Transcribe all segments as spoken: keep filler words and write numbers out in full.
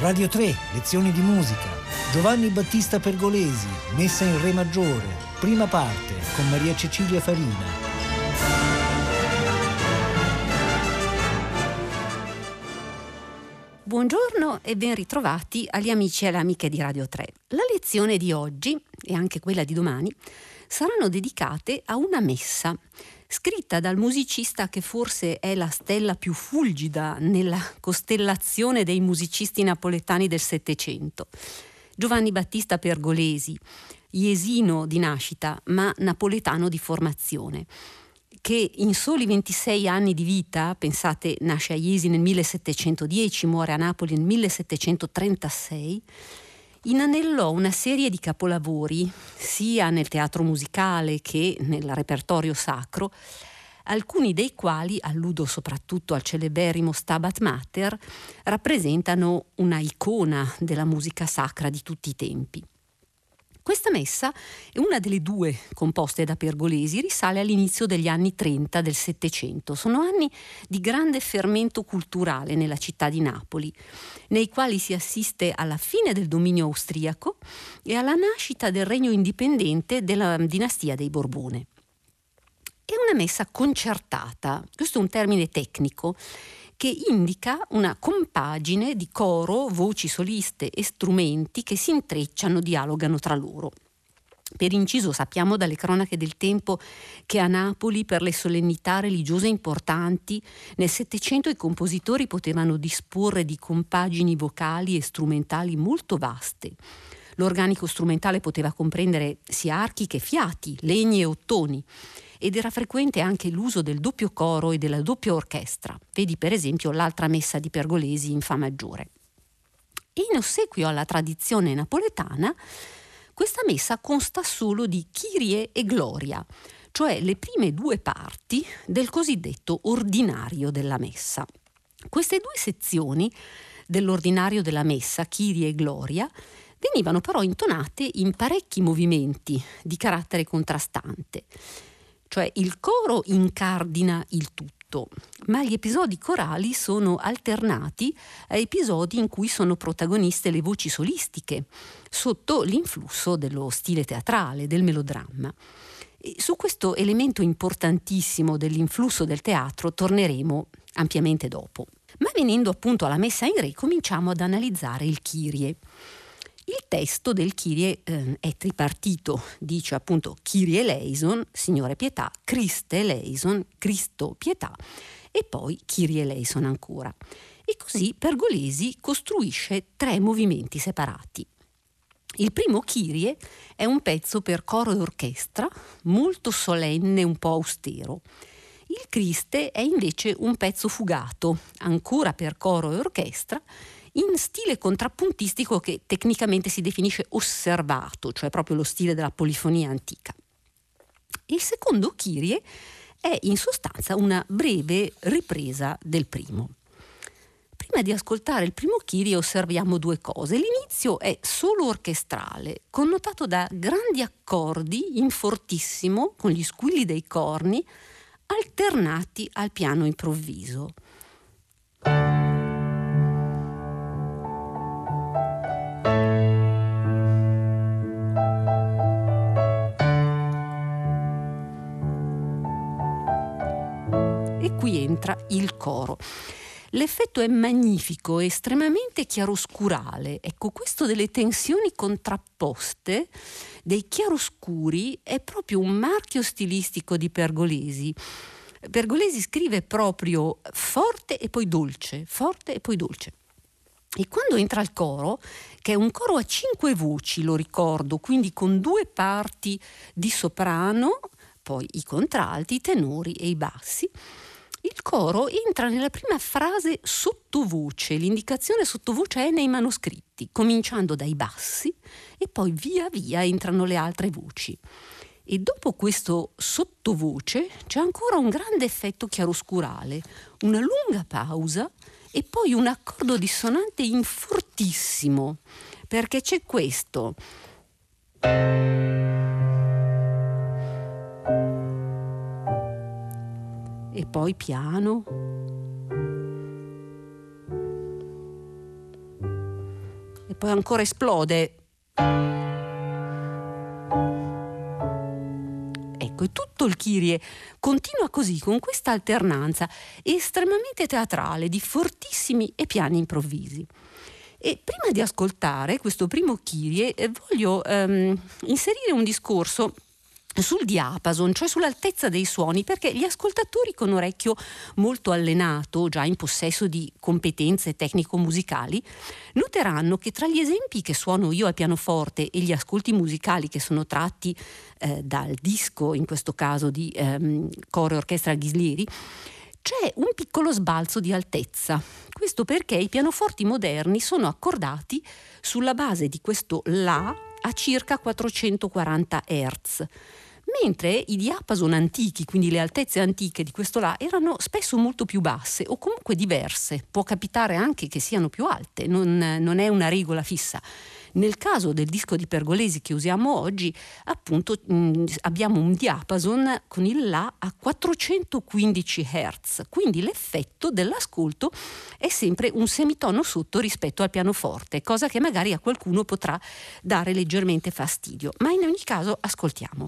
Radio tre, lezioni di musica. Giovanni Battista Pergolesi, messa in re maggiore, prima parte, con Maria Cecilia Farina. Buongiorno e ben ritrovati agli amici e alle amiche di Radio tre. La lezione di oggi, e anche quella di domani, saranno dedicate a una messa scritta dal musicista che forse è la stella più fulgida nella costellazione dei musicisti napoletani del Settecento. Giovanni Battista Pergolesi, jesino di nascita ma napoletano di formazione, che in soli ventisei anni di vita, pensate, nasce a Jesi nel millesettecentodieci, muore a Napoli nel millesettecentotrentasei, inanellò una serie di capolavori sia nel teatro musicale che nel repertorio sacro, alcuni dei quali, alludo soprattutto al celeberrimo Stabat Mater, rappresentano una icona della musica sacra di tutti i tempi. Questa messa è una delle due composte da Pergolesi, risale all'inizio degli anni trenta del Settecento. Sono anni di grande fermento culturale nella città di Napoli, nei quali si assiste alla fine del dominio austriaco e alla nascita del regno indipendente della dinastia dei Borbone. È una messa concertata, questo è un termine tecnico, che indica una compagine di coro, voci soliste e strumenti che si intrecciano, dialogano tra loro. Per inciso sappiamo dalle cronache del tempo che a Napoli per le solennità religiose importanti nel Settecento i compositori potevano disporre di compagini vocali e strumentali molto vaste. L'organico strumentale poteva comprendere sia archi che fiati, legni e ottoni, ed era frequente anche l'uso del doppio coro e della doppia orchestra. Vedi per esempio l'altra messa di Pergolesi in Fa maggiore. E in ossequio alla tradizione napoletana, questa messa consta solo di Kyrie e Gloria, cioè le prime due parti del cosiddetto ordinario della messa. Queste due sezioni dell'ordinario della messa, Kyrie e Gloria, venivano però intonate in parecchi movimenti di carattere contrastante. Cioè il coro incardina il tutto, ma gli episodi corali sono alternati a episodi in cui sono protagoniste le voci solistiche, sotto l'influsso dello stile teatrale, del melodramma. E su questo elemento importantissimo dell'influsso del teatro torneremo ampiamente dopo. Ma venendo appunto alla messa in re, cominciamo ad analizzare il Kyrie. Il testo del Kyrie eh, è tripartito, dice appunto Kyrie eleison, Signore pietà, Christe eleison, Cristo pietà, e poi Kyrie eleison ancora. E così Pergolesi costruisce tre movimenti separati. Il primo Kyrie è un pezzo per coro e orchestra, molto solenne, un po' austero. Il Christe è invece un pezzo fugato, ancora per coro e orchestra, in stile contrappuntistico che tecnicamente si definisce osservato, cioè proprio lo stile della polifonia antica. Il secondo Kyrie è in sostanza una breve ripresa del primo. Prima di ascoltare il primo Kyrie osserviamo due cose. L'inizio è solo orchestrale, connotato da grandi accordi in fortissimo, con gli squilli dei corni, alternati al piano improvviso. E qui entra il coro. L'effetto è magnifico, estremamente chiaroscurale. Ecco, questo delle tensioni contrapposte, dei chiaroscuri, è proprio un marchio stilistico di Pergolesi. Pergolesi scrive proprio forte e poi dolce, forte e poi dolce. E quando entra il coro, che è un coro a cinque voci, lo ricordo, quindi con due parti di soprano, poi i contralti, i tenori e i bassi, il coro entra nella prima frase sottovoce, l'indicazione sottovoce è nei manoscritti, cominciando dai bassi e poi via via entrano le altre voci. E dopo questo sottovoce c'è ancora un grande effetto chiaroscurale, una lunga pausa e poi un accordo dissonante in fortissimo, perché c'è questo. E poi piano. e poi ancora esplode. Ecco, e tutto il Kyrie continua così, con questa alternanza estremamente teatrale di fortissimi e piani improvvisi. E prima di ascoltare questo primo Kyrie eh, voglio ehm, inserire un discorso sul diapason, cioè sull'altezza dei suoni, perché gli ascoltatori con orecchio molto allenato, già in possesso di competenze tecnico-musicali, noteranno che tra gli esempi che suono io al pianoforte e gli ascolti musicali che sono tratti eh, dal disco, in questo caso di ehm, coro e orchestra Ghislieri, c'è un piccolo sbalzo di altezza. Questo perché i pianoforti moderni sono accordati sulla base di questo La a circa quattrocentoquaranta hertz, mentre i diapason antichi, quindi le altezze antiche di questo La, erano spesso molto più basse o comunque diverse. Può capitare anche che siano più alte, non, non è una regola fissa. Nel caso del disco di Pergolesi che usiamo oggi, appunto mh, abbiamo un diapason con il La a quattrocentoquindici hertz, quindi l'effetto dell'ascolto è sempre un semitono sotto rispetto al pianoforte, cosa che magari a qualcuno potrà dare leggermente fastidio, ma in ogni caso ascoltiamo.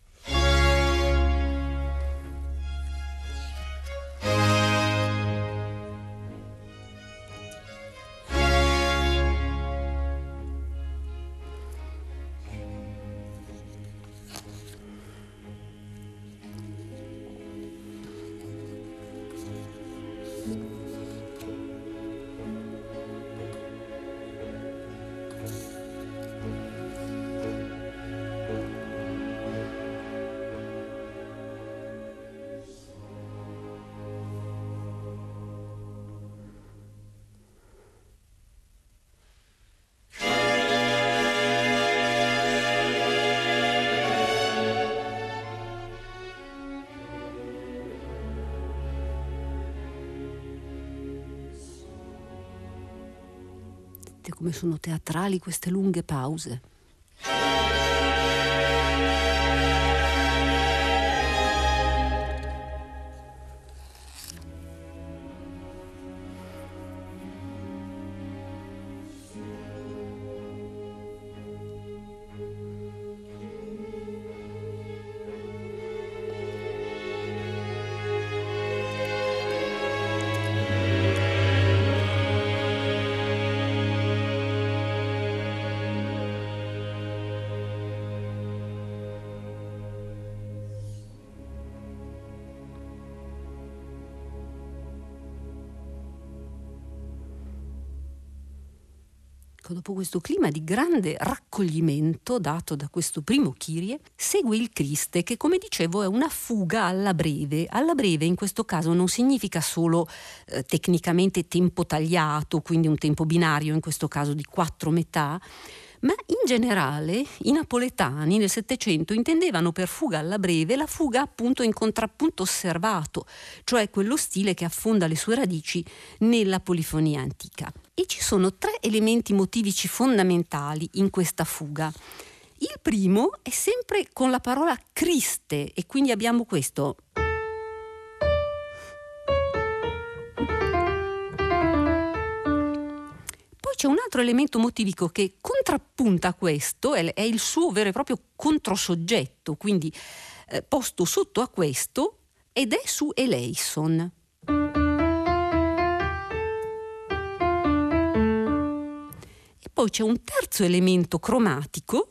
Come sono teatrali queste lunghe pause. Dopo questo clima di grande raccoglimento dato da questo primo Kyrie, segue il Criste, che come dicevo è una fuga alla breve. Alla breve in questo caso non significa solo eh, tecnicamente tempo tagliato, quindi un tempo binario, in questo caso di quattro metà, ma in generale i napoletani nel Settecento intendevano per fuga alla breve la fuga appunto in contrappunto osservato, cioè quello stile che affonda le sue radici nella polifonia antica. E ci sono tre elementi motivici fondamentali in questa fuga. Il primo è sempre con la parola Criste, e quindi abbiamo questo. Poi c'è un altro elemento motivico che contrappunta a questo, è il suo vero e proprio controsoggetto, quindi eh, posto sotto a questo, ed è su eleison. E poi c'è un terzo elemento cromatico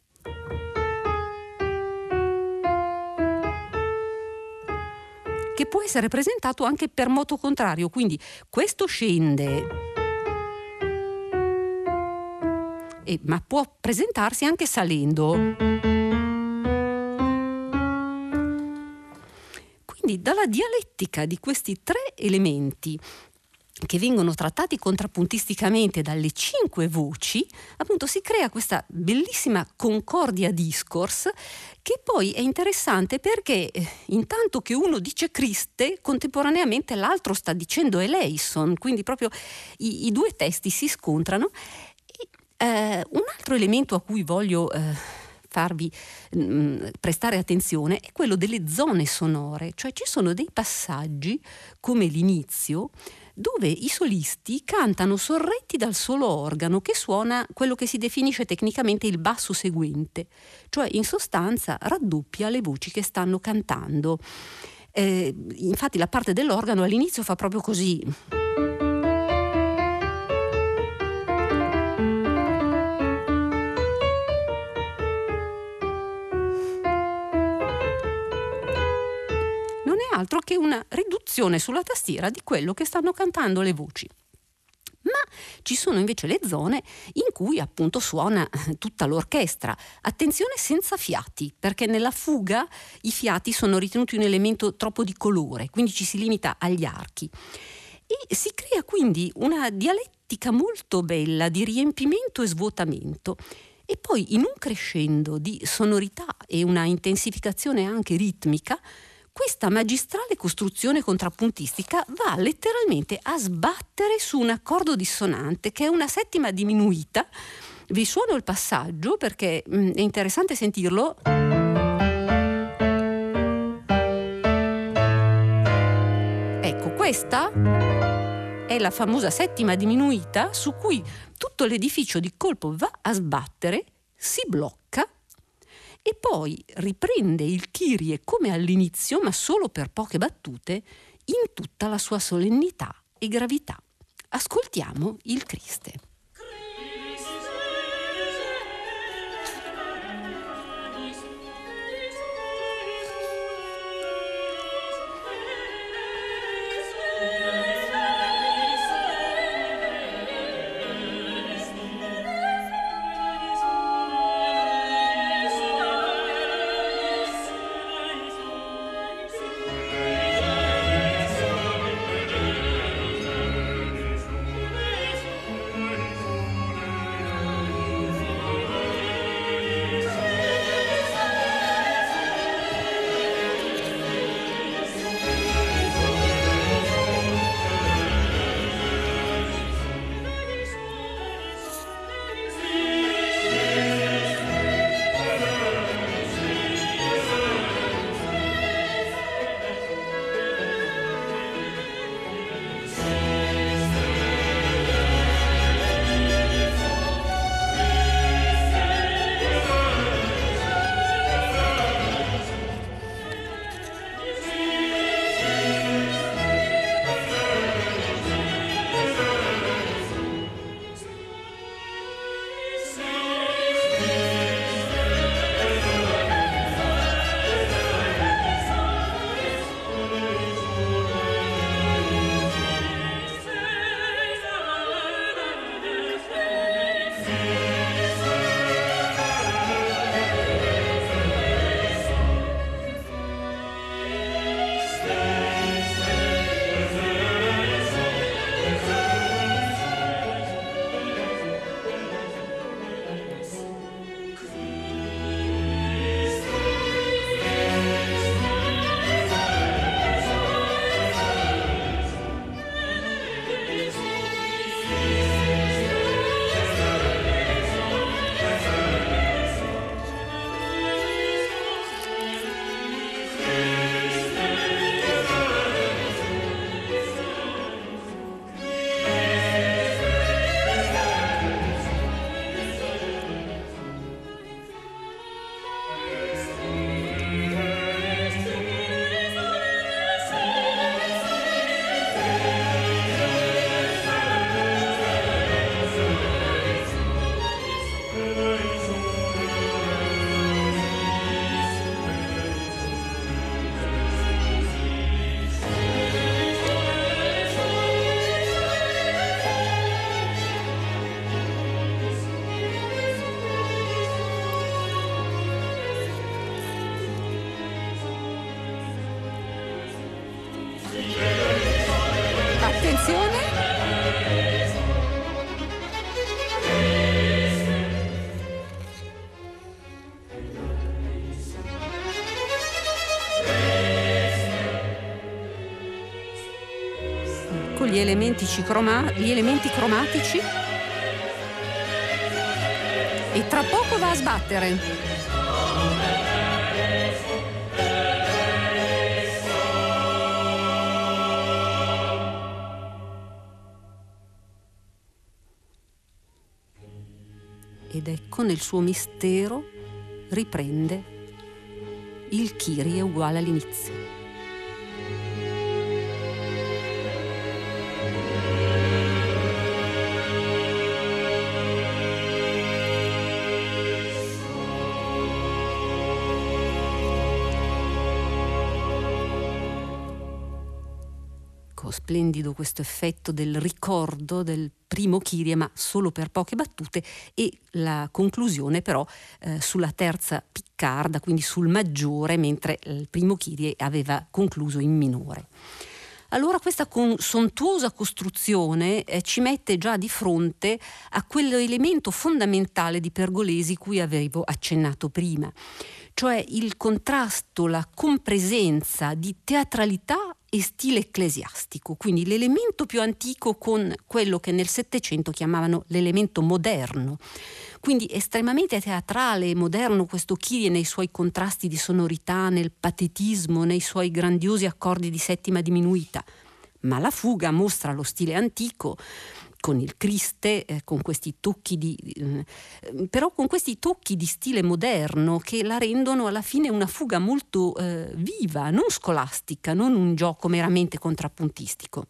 che può essere presentato anche per moto contrario, quindi questo scende, e, ma può presentarsi anche salendo. Quindi dalla dialettica di questi tre elementi che vengono trattati contrappuntisticamente dalle cinque voci, appunto si crea questa bellissima concordia discourse che poi è interessante perché intanto che uno dice Criste, contemporaneamente l'altro sta dicendo eleison, quindi proprio i, i due testi si scontrano. E, eh, un altro elemento a cui voglio eh, farvi mh, prestare attenzione è quello delle zone sonore, cioè ci sono dei passaggi come l'inizio dove i solisti cantano sorretti dal solo organo che suona quello che si definisce tecnicamente il basso seguente, cioè in sostanza raddoppia le voci che stanno cantando. Eh, infatti la parte dell'organo all'inizio fa proprio così. Altro che una riduzione sulla tastiera di quello che stanno cantando le voci. Ma ci sono invece le zone in cui appunto suona tutta l'orchestra. Attenzione, senza fiati, perché nella fuga i fiati sono ritenuti un elemento troppo di colore, quindi ci si limita agli archi. E si crea quindi una dialettica molto bella di riempimento e svuotamento. E poi in un crescendo di sonorità e una intensificazione anche ritmica, questa magistrale costruzione contrappuntistica va letteralmente a sbattere su un accordo dissonante che è una settima diminuita. Vi suono il passaggio perché mh, è interessante sentirlo. Ecco, questa è la famosa settima diminuita su cui tutto l'edificio di colpo va a sbattere, si blocca e poi riprende il Kyrie come all'inizio, ma solo per poche battute, in tutta la sua solennità e gravità. Ascoltiamo il Criste. Con gli elementi, croma- gli elementi cromatici e tra poco va a sbattere. ed ecco nel suo mistero riprende il Kyrie uguale all'inizio. Splendido questo effetto del ricordo del primo Kyrie, ma solo per poche battute, e la conclusione però eh, sulla terza piccarda, quindi sul maggiore, mentre il primo Kyrie aveva concluso in minore. Allora questa con sontuosa costruzione eh, ci mette già di fronte a quell'elemento fondamentale di Pergolesi cui avevo accennato prima, cioè il contrasto, la compresenza di teatralità e stile ecclesiastico, quindi l'elemento più antico con quello che nel Settecento chiamavano l'elemento moderno. Quindi estremamente teatrale e moderno questo Kyrie nei suoi contrasti di sonorità, nel patetismo, nei suoi grandiosi accordi di settima diminuita. Ma la fuga mostra lo stile antico, con il Criste, eh, con questi tocchi di eh, però con questi tocchi di stile moderno che la rendono alla fine una fuga molto eh, viva, non scolastica, non un gioco meramente contrappuntistico.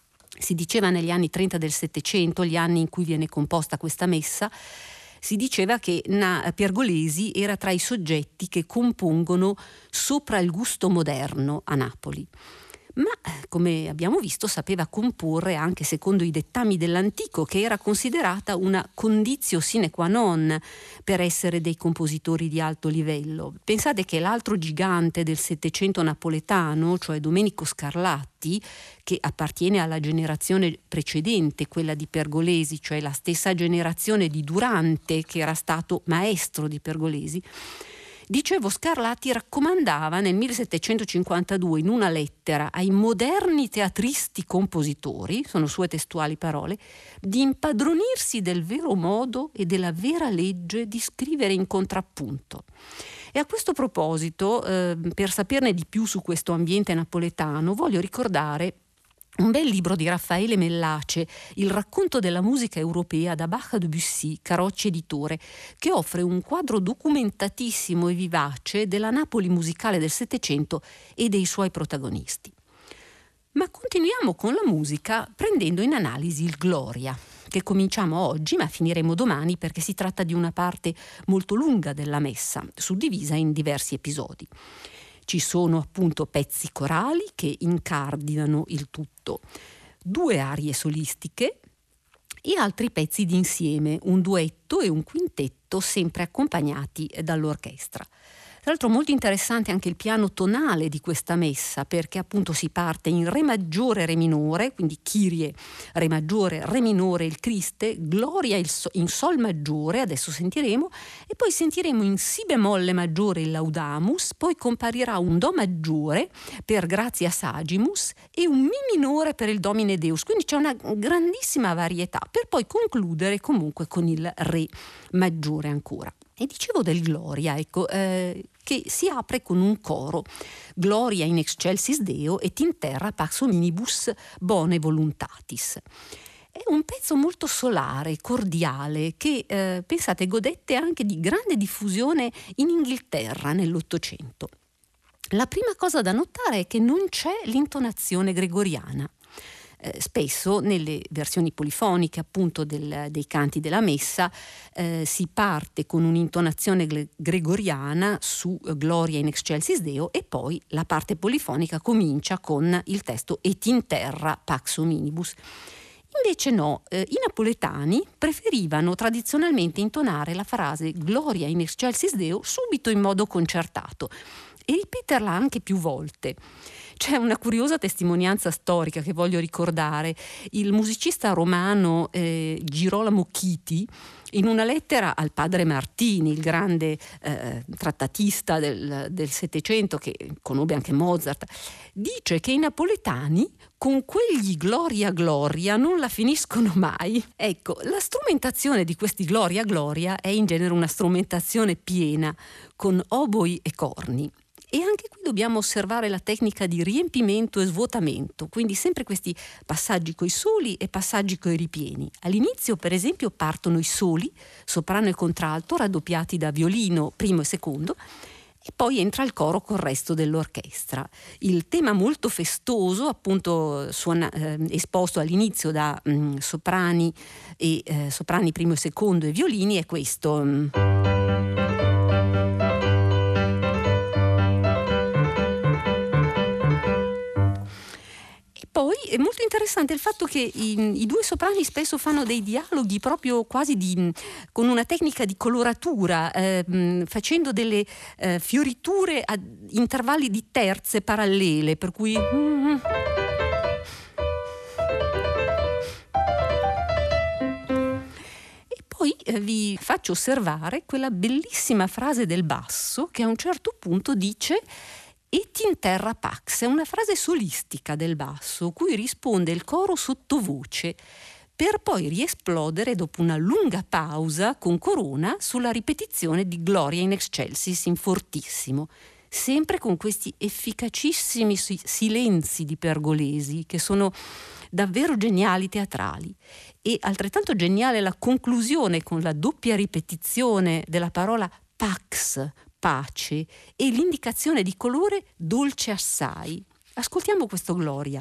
Si diceva negli anni trenta del Settecento, gli anni in cui viene composta questa messa, si diceva che na, Pergolesi era tra i soggetti che compongono sopra il gusto moderno a Napoli. Ma, come abbiamo visto, sapeva comporre anche secondo i dettami dell'antico, che era considerata una conditio sine qua non per essere dei compositori di alto livello. Pensate che l'altro gigante del Settecento napoletano, cioè Domenico Scarlatti, che appartiene alla generazione precedente, quella di Pergolesi, cioè la stessa generazione di Durante, che era stato maestro di Pergolesi, dicevo, Scarlatti raccomandava nel millesettecentocinquantadue in una lettera ai moderni teatristi compositori, sono sue testuali parole, di impadronirsi del vero modo e della vera legge di scrivere in contrappunto. E a questo proposito, eh, per saperne di più su questo ambiente napoletano, voglio ricordare un bel libro di Raffaele Mellace, Il racconto della musica europea, da Bach a Debussy, Carocci editore, che offre un quadro documentatissimo e vivace della Napoli musicale del Settecento e dei suoi protagonisti. Ma continuiamo con la musica prendendo in analisi il Gloria, che cominciamo oggi ma finiremo domani, perché si tratta di una parte molto lunga della messa, suddivisa in diversi episodi. Ci sono appunto pezzi corali che incardinano il tutto, due arie solistiche e altri pezzi d'insieme, un duetto e un quintetto sempre accompagnati dall'orchestra. Tra l'altro molto interessante anche il piano tonale di questa messa, perché appunto si parte in Re maggiore, Re minore, quindi Kyrie, Re maggiore, Re minore il Criste, Gloria in Sol maggiore, adesso sentiremo, e poi sentiremo in Si bemolle maggiore il Laudamus, poi comparirà un Do maggiore per Gratia Sagimus e un Mi minore per il Domine Deus, quindi c'è una grandissima varietà, per poi concludere comunque con il Re maggiore ancora. E dicevo del Gloria, ecco, eh, che si apre con un coro, Gloria in excelsis Deo et in terra pax hominibus bone voluntatis. È un pezzo molto solare, cordiale, che eh, pensate godette anche di grande diffusione in Inghilterra nell'Ottocento. La prima cosa da notare è che non c'è l'intonazione gregoriana. Eh, spesso nelle versioni polifoniche appunto del, dei canti della messa eh, si parte con un'intonazione gre- gregoriana su eh, Gloria in excelsis Deo, e poi la parte polifonica comincia con il testo Et in terra pax hominibus. Invece no, eh, i napoletani preferivano tradizionalmente intonare la frase Gloria in excelsis Deo subito in modo concertato e ripeterla anche più volte. C'è una curiosa testimonianza storica che voglio ricordare. Il musicista romano eh, Girolamo Chiti, in una lettera al padre Martini, il grande eh, trattatista del, del Settecento, che conobbe anche Mozart, dice che i napoletani con quegli Gloria Gloria non la finiscono mai. Ecco, la strumentazione di questi Gloria Gloria è in genere una strumentazione piena, con oboi e corni. E anche qui dobbiamo osservare la tecnica di riempimento e svuotamento, quindi sempre questi passaggi coi soli e passaggi coi ripieni. All'inizio, per esempio, partono i soli, soprano e contralto, raddoppiati da violino primo e secondo, e poi entra il coro col resto dell'orchestra. Il tema molto festoso, appunto suona, eh, esposto all'inizio da mh, soprani e eh, soprani primo e secondo e violini, è questo. Poi è molto interessante il fatto che i, i due soprani spesso fanno dei dialoghi proprio quasi di, con una tecnica di coloratura, eh, facendo delle eh, fioriture a intervalli di terze parallele, per cui... Mm, e poi eh, vi faccio osservare quella bellissima frase del basso che a un certo punto dice... Et in terra pax, è una frase solistica del basso, cui risponde il coro sottovoce, per poi riesplodere dopo una lunga pausa con corona sulla ripetizione di Gloria in excelsis in fortissimo, sempre con questi efficacissimi silenzi di Pergolesi che sono davvero geniali teatrali. E altrettanto geniale la conclusione con la doppia ripetizione della parola pax, pace, e l'indicazione di colore dolce assai. Ascoltiamo questo Gloria.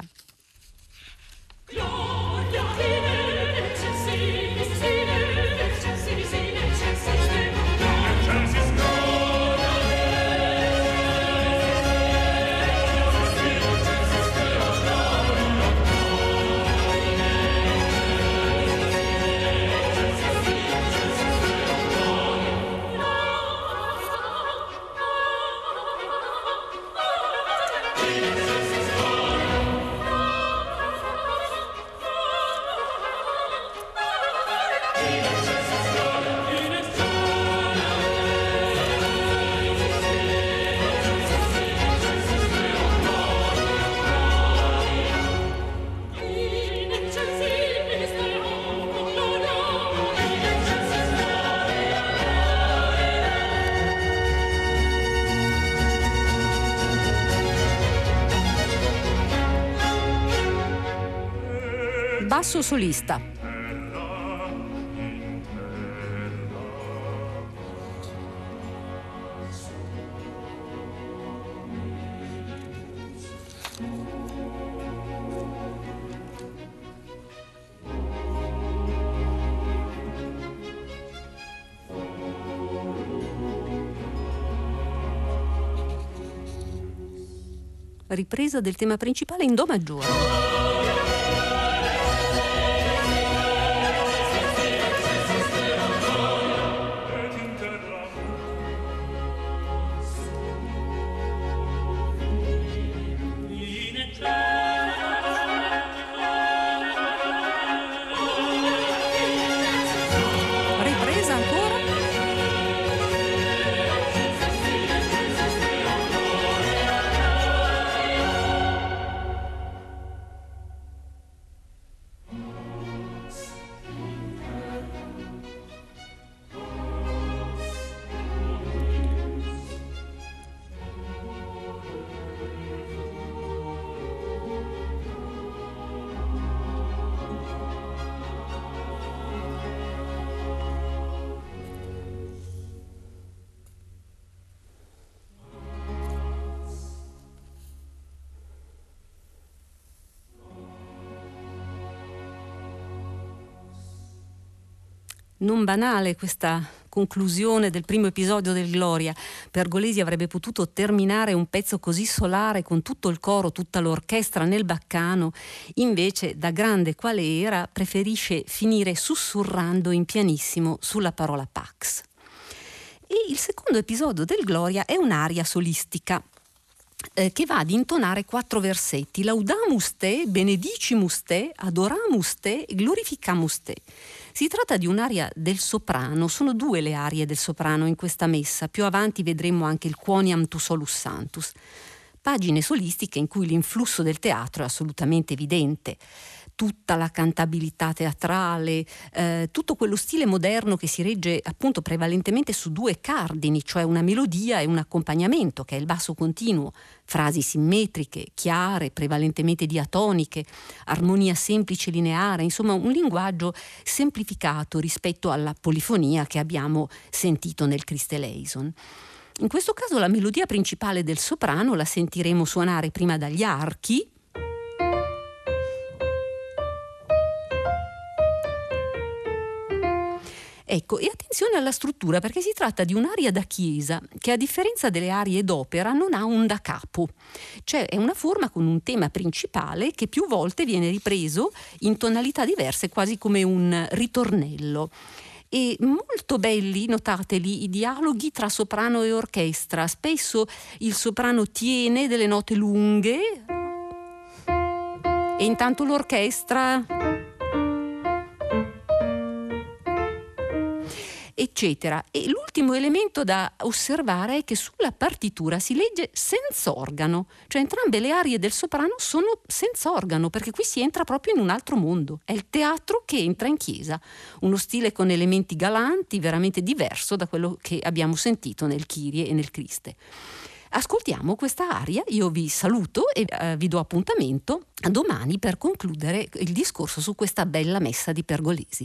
Basso solista. Ripresa del tema principale in do maggiore. Non banale questa conclusione del primo episodio del Gloria. Pergolesi avrebbe potuto terminare un pezzo così solare con tutto il coro, tutta l'orchestra nel baccano, invece, da grande quale era, preferisce finire sussurrando in pianissimo sulla parola pax. E il secondo episodio del Gloria è un'aria solistica eh, che va ad intonare quattro versetti: Laudamus te, benedicimus te, adoramus te, glorificamus te. Si tratta di un'aria del soprano, sono due le arie del soprano in questa messa, più avanti vedremo anche il Quoniam tu solus sanctus. Pagine solistiche in cui l'influsso del teatro è assolutamente evidente. tutta la cantabilità teatrale, eh, tutto quello stile moderno che si regge appunto prevalentemente su due cardini, cioè una melodia e un accompagnamento, che è il basso continuo, frasi simmetriche, chiare, prevalentemente diatoniche, armonia semplice e lineare, insomma un linguaggio semplificato rispetto alla polifonia che abbiamo sentito nel Christe Eleison. In questo caso la melodia principale del soprano la sentiremo suonare prima dagli archi, ecco, e attenzione alla struttura, perché si tratta di un'aria da chiesa che, a differenza delle arie d'opera, non ha un da capo, cioè è una forma con un tema principale che più volte viene ripreso in tonalità diverse, quasi come un ritornello. E molto belli, notateli, i dialoghi tra soprano e orchestra. Spesso il soprano tiene delle note lunghe e intanto l'orchestra, eccetera. E l'ultimo elemento da osservare è che sulla partitura si legge senza organo, cioè entrambe le arie del soprano sono senza organo, perché qui si entra proprio in un altro mondo, è il teatro che entra in chiesa, uno stile con elementi galanti veramente diverso da quello che abbiamo sentito nel Kyrie e nel Christe. Ascoltiamo questa aria, io vi saluto e eh, vi do appuntamento a domani per concludere il discorso su questa bella messa di Pergolesi.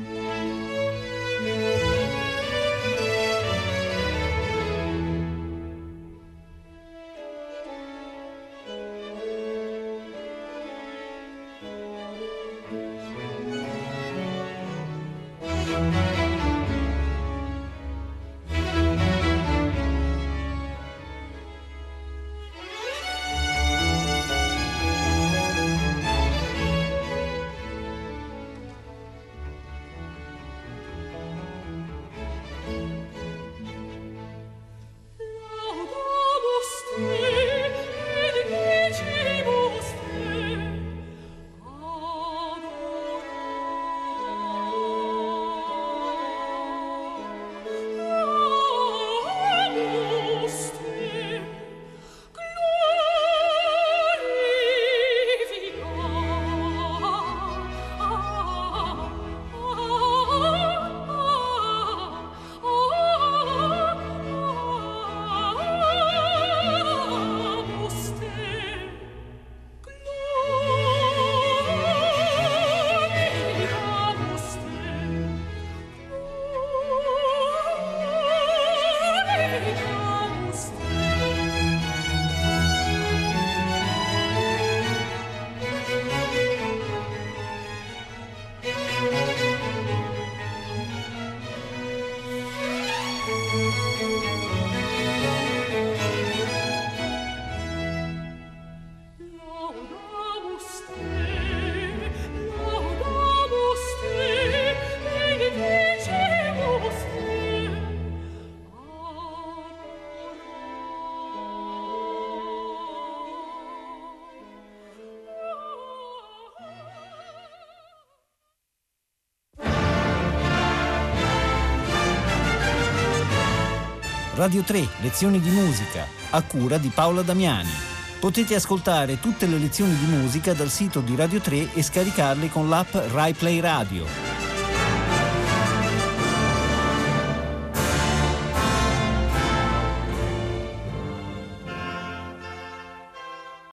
Radio tre, lezioni di musica, a cura di Paola Damiani. Potete ascoltare tutte le lezioni di musica dal sito di Radio tre e scaricarle con l'app Rai Play Radio.